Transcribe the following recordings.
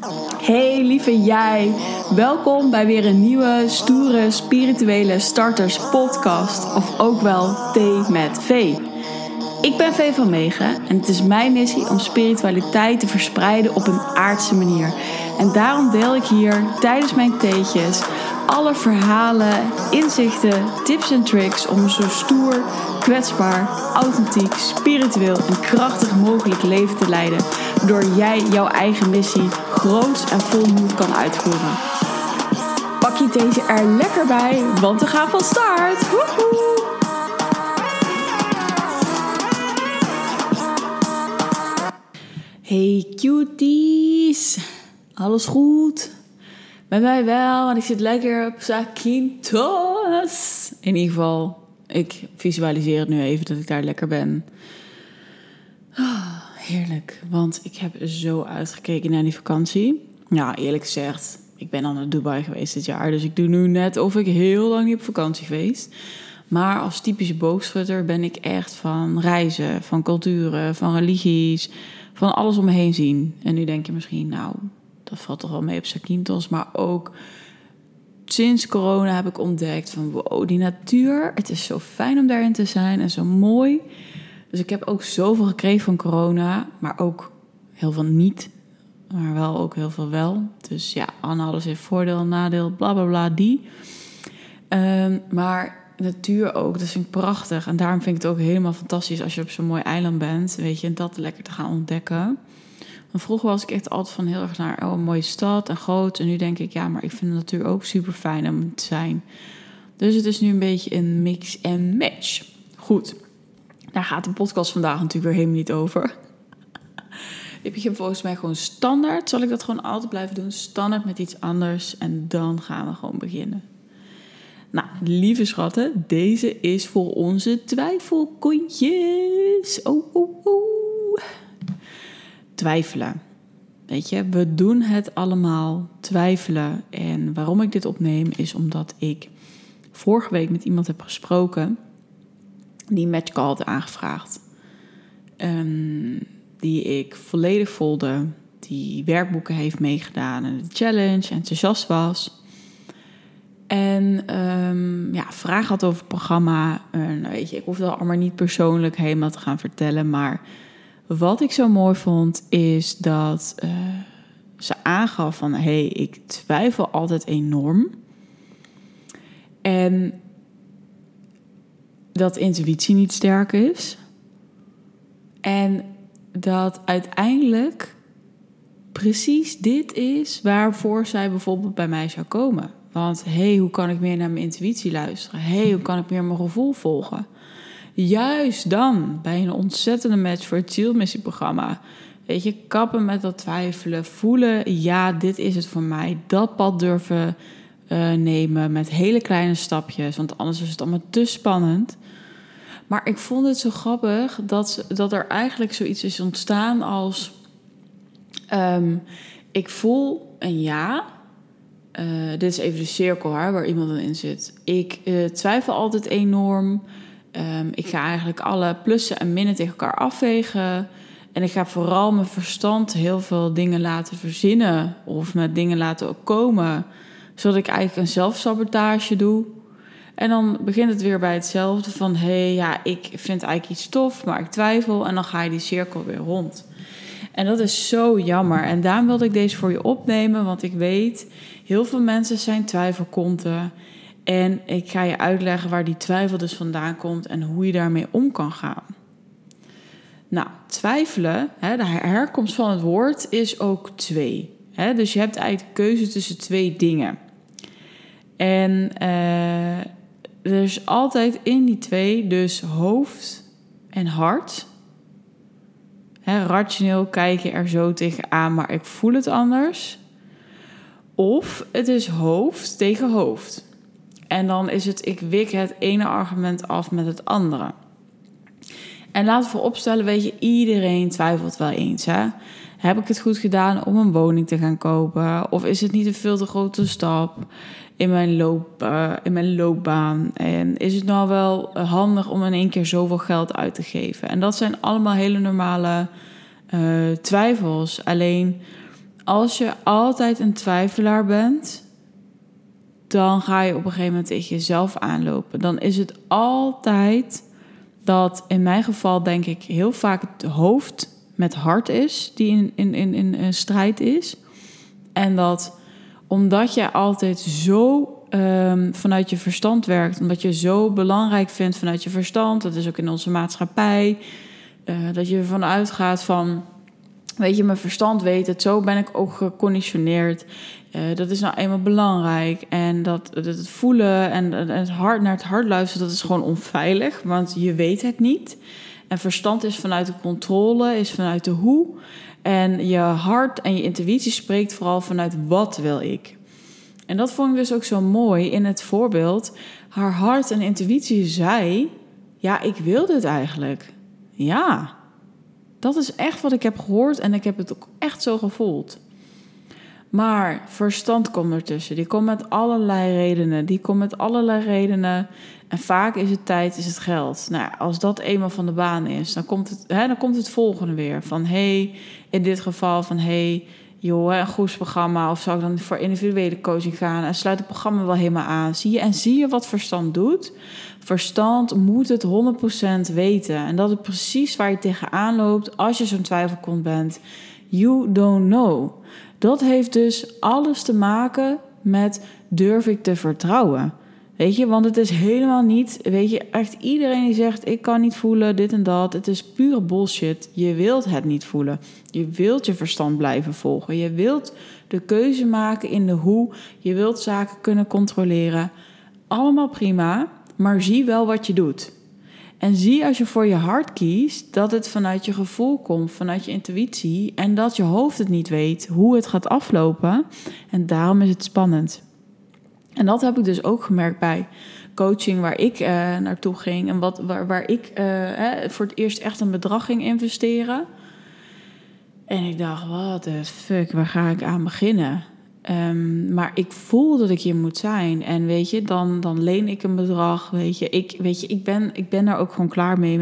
Hey lieve jij, welkom bij weer een nieuwe stoere spirituele starters podcast, of ook wel Thee met V. Ik ben V van Meegen en het is mijn missie om spiritualiteit te verspreiden op een aardse manier. En daarom deel ik hier tijdens mijn theetjes alle verhalen, inzichten, tips en tricks om een zo stoer, kwetsbaar, authentiek, spiritueel en krachtig mogelijk leven te leiden, waardoor jij jouw eigen missie groots en vol moed kan uitvoeren. Pak je theetje er lekker bij, want we gaan van start! Woehoe! Hey cuties, alles goed? Met mij wel, want ik zit lekker op Zakynthos. In ieder geval, ik visualiseer het nu even dat ik daar lekker ben. Heerlijk, want ik heb zo uitgekeken naar die vakantie. Ja, eerlijk gezegd, ik ben al naar Dubai geweest dit jaar. Dus ik doe nu net of ik heel lang niet op vakantie geweest. Maar als typische boogschutter ben ik echt van reizen, van culturen, van religies, van alles om me heen zien. En nu denk je misschien, nou, dat valt toch wel mee op Zakynthos. Maar ook sinds corona heb ik ontdekt van wow, die natuur. Het is zo fijn om daarin te zijn en zo mooi. Dus ik heb ook zoveel gekregen van corona. Maar ook heel veel niet. Maar wel ook heel veel wel. Dus ja, aan alles heeft voordeel, nadeel, bla bla bla, die. Maar natuur ook, dat vind ik prachtig. En daarom vind ik het ook helemaal fantastisch als je op zo'n mooi eiland bent. Weet je, en dat lekker te gaan ontdekken. Want vroeger was ik echt altijd van heel erg naar een mooie stad en groot. En nu denk ik, ja, maar ik vind de natuur ook super fijn om te zijn. Dus het is nu een beetje een mix en match. Goed, daar gaat de podcast vandaag natuurlijk weer helemaal niet over. Ik begin volgens mij gewoon standaard. Zal ik dat gewoon altijd blijven doen? Standaard met iets anders. En dan gaan we gewoon beginnen. Nou, lieve schatten, deze is voor onze twijfelkontjes. Oh. Twijfelen. Weet je, we doen het allemaal, twijfelen. En waarom ik dit opneem is omdat ik vorige week met iemand heb gesproken die een matchcall had aangevraagd. Die ik volledig volgde, die werkboeken heeft meegedaan en de challenge, enthousiast was. En vragen had over het programma. Weet je, ik hoef dat allemaal niet persoonlijk helemaal te gaan vertellen, maar wat ik zo mooi vond, is dat ze aangaf van hey, ik twijfel altijd enorm. En dat intuïtie niet sterk is. En dat uiteindelijk precies dit is waarvoor zij bijvoorbeeld bij mij zou komen. Want hey, hoe kan ik meer naar mijn intuïtie luisteren? Hey, hoe kan ik meer mijn gevoel volgen? Juist dan, bij een ontzettende match voor het zielmissieprogramma. Weet je, kappen met dat twijfelen, voelen, ja, dit is het voor mij. Dat pad durven nemen met hele kleine stapjes, want anders is het allemaal te spannend. Maar ik vond het zo grappig dat er eigenlijk zoiets is ontstaan als ik voel een ja. Dit is even de cirkel waar iemand dan in zit. Ik twijfel altijd enorm. Ik ga eigenlijk alle plussen en minnen tegen elkaar afwegen. En ik ga vooral mijn verstand heel veel dingen laten verzinnen. Of met dingen laten komen. Zodat ik eigenlijk een zelfsabotage doe. En dan begint het weer bij hetzelfde. Van ik vind eigenlijk iets tof, maar ik twijfel. En dan ga je die cirkel weer rond. En dat is zo jammer. En daarom wilde ik deze voor je opnemen. Want ik weet, heel veel mensen zijn twijfelkonten. En ik ga je uitleggen waar die twijfel dus vandaan komt en hoe je daarmee om kan gaan. Nou, twijfelen, de herkomst van het woord is ook twee. Dus je hebt eigenlijk de keuze tussen twee dingen. En er is altijd in die twee dus hoofd en hart. Rationeel kijk je er zo tegenaan, maar ik voel het anders. Of het is hoofd tegen hoofd. En dan is het, ik wik het ene argument af met het andere. En laten we vooropstellen, weet je, iedereen twijfelt wel eens. Heb ik het goed gedaan om een woning te gaan kopen? Of is het niet een veel te grote stap in mijn loopbaan? En is het nou wel handig om in één keer zoveel geld uit te geven? En dat zijn allemaal hele normale twijfels. Alleen als je altijd een twijfelaar bent, dan ga je op een gegeven moment tegen jezelf aanlopen. Dan is het altijd dat, in mijn geval denk ik, heel vaak het hoofd met hart is die in een strijd is. En dat omdat je altijd zo vanuit je verstand werkt, omdat je zo belangrijk vindt vanuit je verstand, dat is ook in onze maatschappij, dat je ervan uitgaat van, weet je, mijn verstand weet het, zo ben ik ook geconditioneerd. Dat is nou eenmaal belangrijk. En dat het voelen en het hart naar het hart luisteren, dat is gewoon onveilig, want je weet het niet. En verstand is vanuit de controle, is vanuit de hoe. En je hart en je intuïtie spreekt vooral vanuit wat wil ik. En dat vond ik dus ook zo mooi in het voorbeeld. Haar hart en intuïtie zei, ja, ik wil dit eigenlijk. Ja, dat is echt wat ik heb gehoord en ik heb het ook echt zo gevoeld. Maar verstand komt ertussen. Die komt met allerlei redenen. En vaak is het tijd, is het geld. Nou ja, als dat eenmaal van de baan is, dan komt het volgende weer. Van in dit geval van joh, een groepsprogramma, of zou ik dan voor individuele coaching gaan en sluit het programma wel helemaal aan. Zie je wat verstand doet? Verstand moet het 100% weten. En dat is precies waar je tegenaan loopt als je zo'n twijfelkont bent. You don't know. Dat heeft dus alles te maken met durf ik te vertrouwen. Weet je, want het is helemaal niet, weet je, echt iedereen die zegt ik kan niet voelen, dit en dat. Het is pure bullshit. Je wilt het niet voelen. Je wilt je verstand blijven volgen. Je wilt de keuze maken in de hoe. Je wilt zaken kunnen controleren. Allemaal prima, maar zie wel wat je doet. En zie als je voor je hart kiest, dat het vanuit je gevoel komt, vanuit je intuïtie. En dat je hoofd het niet weet hoe het gaat aflopen. En daarom is het spannend. En dat heb ik dus ook gemerkt bij coaching waar ik naartoe ging. En waar ik voor het eerst echt een bedrag ging investeren. En ik dacht, what the fuck, waar ga ik aan beginnen? Maar ik voel dat ik hier moet zijn. En weet je, dan leen ik een bedrag. Weet je, ik ben daar ook gewoon klaar mee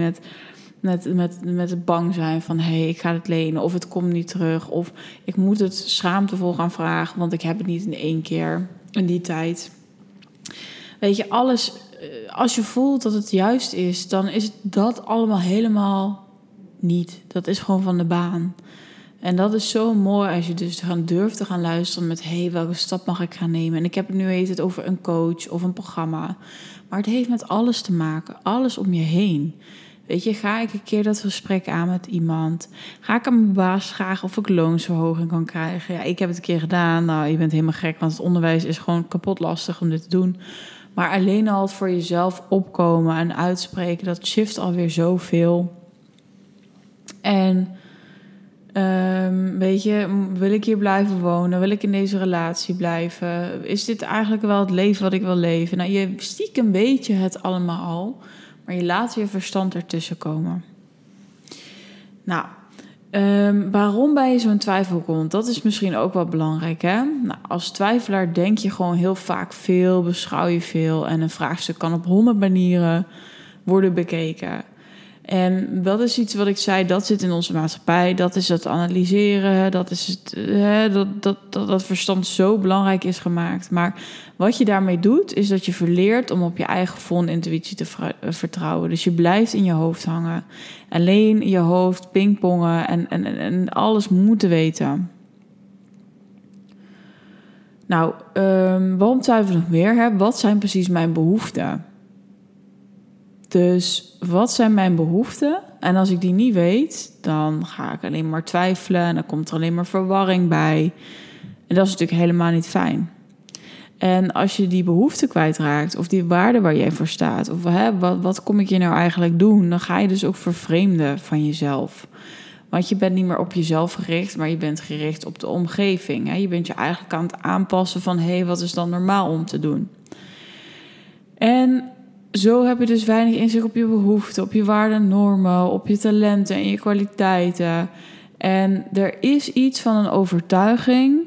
met het bang zijn van ik ga het lenen of het komt niet terug. Of ik moet het schaamtevol gaan vragen, want ik heb het niet in 1 keer in die tijd. Weet je, alles, als je voelt dat het juist is, dan is dat allemaal helemaal niet. Dat is gewoon van de baan. En dat is zo mooi als je dus durft te gaan luisteren met welke stap mag ik gaan nemen? En ik heb het nu over een coach of een programma. Maar het heeft met alles te maken. Alles om je heen. Weet je, ga ik een keer dat gesprek aan met iemand? Ga ik aan mijn baas vragen of ik loonsverhoging kan krijgen? Ja, ik heb het een keer gedaan. Nou, je bent helemaal gek, want het onderwijs is gewoon kapot lastig om dit te doen. Maar alleen al het voor jezelf opkomen en uitspreken, dat shift alweer zoveel. En weet je, wil ik hier blijven wonen? Wil ik in deze relatie blijven? Is dit eigenlijk wel het leven wat ik wil leven? Nou, je stiekem weet je het allemaal al, maar je laat je verstand ertussen komen. Nou, waarom bij je zo'n twijfel komt, dat is misschien ook wel belangrijk, hè? Nou, als twijfelaar denk je gewoon heel vaak veel, beschouw je veel en een vraagstuk kan op 100 manieren worden bekeken. En dat is iets wat ik zei, dat zit in onze maatschappij. Dat is het analyseren, dat is het, dat verstand zo belangrijk is gemaakt. Maar wat je daarmee doet, is dat je verleert om op je eigen gevoel en intuïtie te vertrouwen. Dus je blijft in je hoofd hangen. Alleen in je hoofd pingpongen en alles moeten weten. Nou, waarom twijfel ik nog meer? Wat zijn precies mijn behoeften? Dus wat zijn mijn behoeften? En als ik die niet weet, dan ga ik alleen maar twijfelen en dan komt er alleen maar verwarring bij. En dat is natuurlijk helemaal niet fijn. En als je die behoefte kwijtraakt of die waarde waar jij voor staat, of wat kom ik hier nou eigenlijk doen, dan ga je dus ook vervreemden van jezelf. Want je bent niet meer op jezelf gericht, maar je bent gericht op de omgeving. Je bent je eigenlijk aan het aanpassen van wat is dan normaal om te doen? En zo heb je dus weinig inzicht op je behoeften, op je waarden en normen, op je talenten en je kwaliteiten. En er is iets van een overtuiging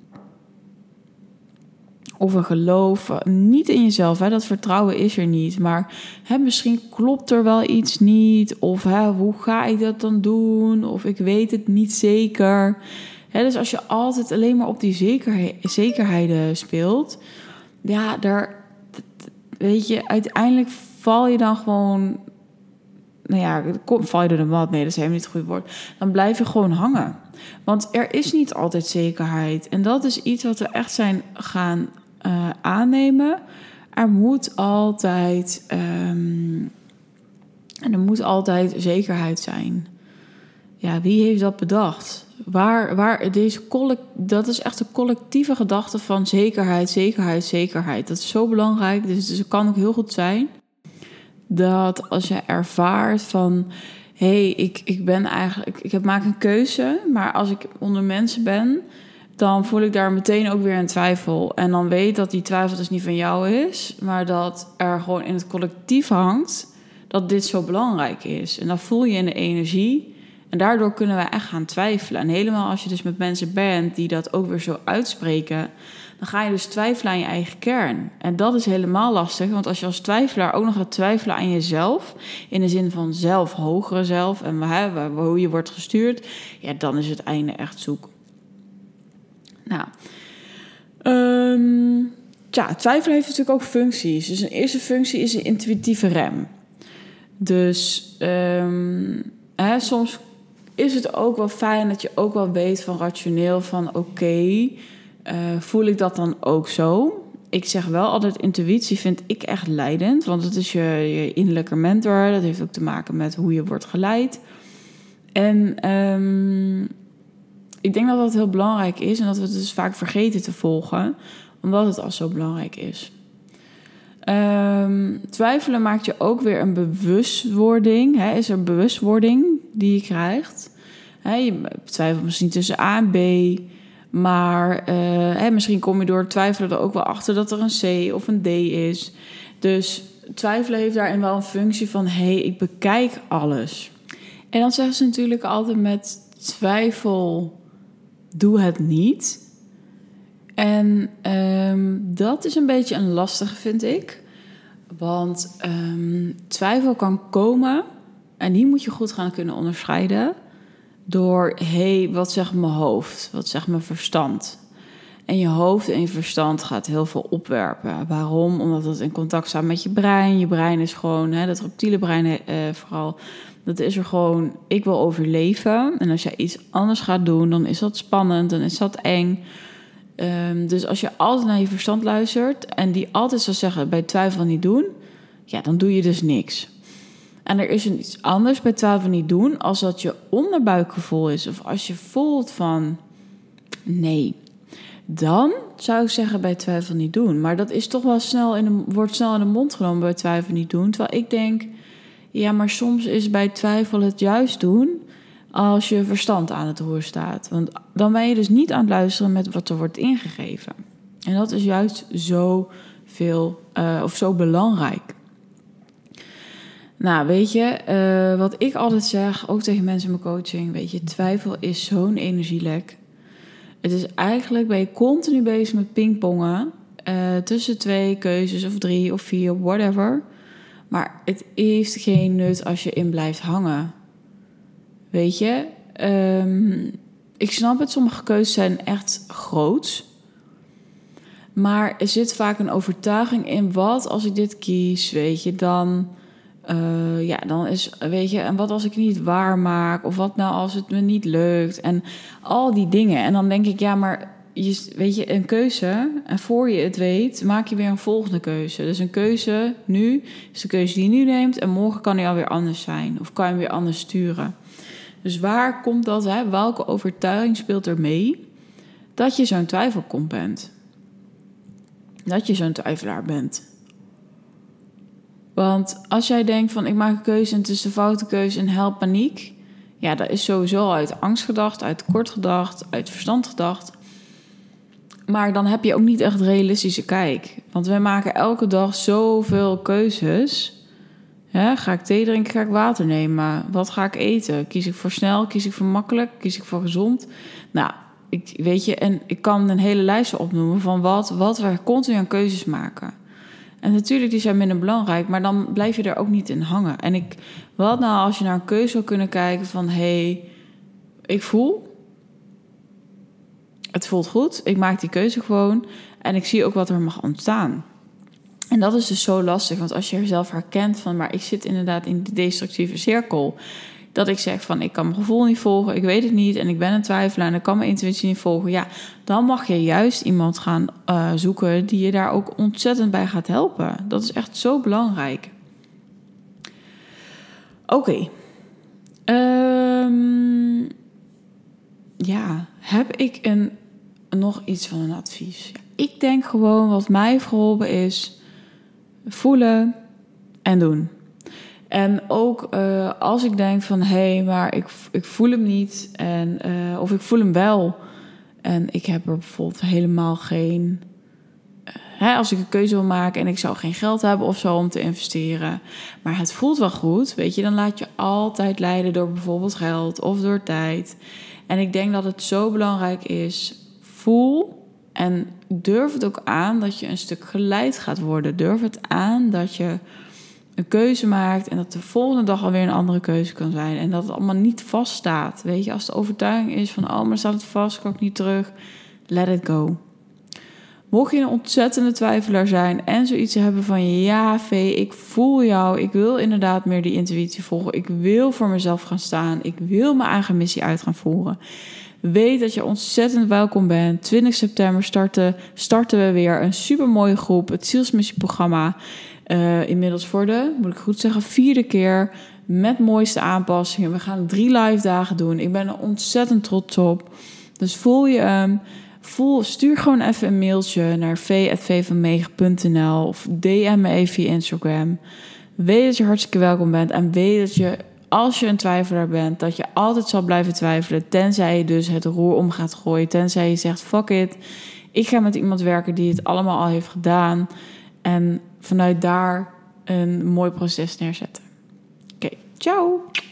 of een geloof, niet in jezelf. Dat vertrouwen is er niet. Maar misschien klopt er wel iets niet. Of hoe ga ik dat dan doen? Of ik weet het niet zeker. Dus als je altijd alleen maar op die zekerheden speelt, ja, weet je, uiteindelijk val je dan gewoon, nou ja, val je door de mat? Nee, dat is helemaal niet het goede woord. Dan blijf je gewoon hangen. Want er is niet altijd zekerheid. En dat is iets wat we echt zijn gaan aannemen. Er moet altijd zekerheid zijn. Ja, wie heeft dat bedacht? Dat is echt een collectieve gedachte van zekerheid, zekerheid, zekerheid. Dat is zo belangrijk. Dus het kan ook heel goed zijn dat als je ervaart van, ik maak een keuze, maar als ik onder mensen ben, dan voel ik daar meteen ook weer een twijfel. En dan weet dat die twijfel dus niet van jou is, maar dat er gewoon in het collectief hangt dat dit zo belangrijk is. En dan voel je in de energie. En daardoor kunnen we echt gaan twijfelen. En helemaal als je dus met mensen bent die dat ook weer zo uitspreken, dan ga je dus twijfelen aan je eigen kern. En dat is helemaal lastig, want als je als twijfelaar ook nog gaat twijfelen aan jezelf, in de zin van zelf, hogere zelf, en hoe je wordt gestuurd, ja, dan is het einde echt zoek. Nou, twijfelen heeft natuurlijk ook functies. Dus een eerste functie is een intuïtieve rem. Dus soms is het ook wel fijn dat je ook wel weet van rationeel van oké, voel ik dat dan ook zo? Ik zeg wel altijd, intuïtie vind ik echt leidend, want het is je innerlijke mentor. Dat heeft ook te maken met hoe je wordt geleid. En ik denk dat dat heel belangrijk is en dat we het dus vaak vergeten te volgen, omdat het al zo belangrijk is. Twijfelen maakt je ook weer een bewustwording. Is er bewustwording die je krijgt? Je twijfelt misschien tussen A en B. Maar misschien kom je door het twijfelen er ook wel achter dat er een C of een D is. Dus twijfelen heeft daarin wel een functie van, ik bekijk alles. En dan zeggen ze natuurlijk altijd met twijfel, doe het niet. En dat is een beetje een lastige, vind ik. Want twijfel kan komen, en die moet je goed gaan kunnen onderscheiden, door, wat zegt mijn hoofd? Wat zegt mijn verstand? En je hoofd en je verstand gaat heel veel opwerpen. Waarom? Omdat het in contact staat met je brein. Je brein is gewoon, dat reptiele brein vooral, dat is er gewoon, ik wil overleven. En als jij iets anders gaat doen, dan is dat spannend, dan is dat eng. Dus als je altijd naar je verstand luistert en die altijd zou zeggen bij twijfel niet doen, ja, dan doe je dus niks. En er is iets anders bij twijfel niet doen als dat je onderbuikgevoel is. Of als je voelt van nee, dan zou ik zeggen bij twijfel niet doen. Maar dat is toch wel wordt snel in de mond genomen bij twijfel niet doen. Terwijl ik denk, ja, maar soms is bij twijfel het juist doen als je verstand aan het roer staat. Want dan ben je dus niet aan het luisteren met wat er wordt ingegeven. En dat is juist zo belangrijk. Nou, weet je, wat ik altijd zeg, ook tegen mensen in mijn coaching, weet je, twijfel is zo'n energielek. Het is eigenlijk, ben je continu bezig met pingpongen tussen 2 keuzes of 3 of 4, whatever. Maar het heeft geen nut als je in blijft hangen. Weet je, ik snap het, sommige keuzes zijn echt groots. Maar er zit vaak een overtuiging in, wat als ik dit kies, weet je, dan is, weet je, en wat als ik het niet waar maak? Of wat nou als het me niet lukt? En al die dingen. En dan denk ik, ja, maar weet je, een keuze, en voor je het weet, maak je weer een volgende keuze. Dus een keuze nu is de keuze die je nu neemt, en morgen kan die alweer anders zijn. Of kan je hem weer anders sturen. Dus waar komt dat, welke overtuiging speelt er mee dat je zo'n twijfelkont bent? Dat je zo'n twijfelaar bent. Want als jij denkt van, ik maak een keuze en het is de foute keuze en help paniek. Ja, dat is sowieso uit angst gedacht, uit tekort gedacht, uit verstand gedacht. Maar dan heb je ook niet echt realistische kijk. Want wij maken elke dag zoveel keuzes. Ja, ga ik thee drinken, ga ik water nemen? Wat ga ik eten? Kies ik voor snel, kies ik voor makkelijk, kies ik voor gezond? Nou, ik kan een hele lijst opnoemen van wat we continu aan keuzes maken. En natuurlijk, die zijn minder belangrijk, maar dan blijf je er ook niet in hangen. En wat nou als je naar een keuze zou kunnen kijken van, ik voel, het voelt goed. Ik maak die keuze gewoon. En ik zie ook wat er mag ontstaan. En dat is dus zo lastig. Want als je jezelf herkent van... maar ik zit inderdaad in de destructieve cirkel. Dat ik zeg van, ik kan mijn gevoel niet volgen. Ik weet het niet. En ik ben een twijfelaar. En ik kan mijn intuïtie niet volgen. Ja, dan mag je juist iemand gaan zoeken... die je daar ook ontzettend bij gaat helpen. Dat is echt zo belangrijk. Oké. Heb ik nog iets van een advies? Ja, ik denk gewoon wat mij heeft geholpen is voelen en doen. En ook als ik denk van maar ik voel hem niet of ik voel hem wel en ik heb er bijvoorbeeld helemaal geen... als ik een keuze wil maken en ik zou geen geld hebben of zo om te investeren, maar het voelt wel goed, weet je, dan laat je altijd leiden door bijvoorbeeld geld of door tijd. En ik denk dat het zo belangrijk is, voel en durf het ook aan dat je een stuk geleid gaat worden. Durf het aan dat je een keuze maakt en dat de volgende dag alweer een andere keuze kan zijn. En dat het allemaal niet vaststaat. Weet je, als de overtuiging is van, maar staat het vast, kan ik niet terug. Let it go. Mocht je een ontzettende twijfelaar zijn en zoiets hebben van... ja, Vee, ik voel jou. Ik wil inderdaad meer die intuïtie volgen. Ik wil voor mezelf gaan staan. Ik wil mijn eigen missie uit gaan voeren. Weet dat je ontzettend welkom bent. 20 september starten we weer een supermooie groep. Het Zielsmissieprogramma. Inmiddels voor de, moet ik goed zeggen, 4e keer. Met mooiste aanpassingen. We gaan 3 live dagen doen. Ik ben er ontzettend trots op. Dus voel je hem... Stuur gewoon even een mailtje naar v@vvanmega.nl of DM me even via Instagram. Weet dat je hartstikke welkom bent en weet dat je, als je een twijfelaar bent, dat je altijd zal blijven twijfelen, tenzij je dus het roer om gaat gooien, tenzij je zegt, fuck it, ik ga met iemand werken die het allemaal al heeft gedaan en vanuit daar een mooi proces neerzetten. Oké, ciao!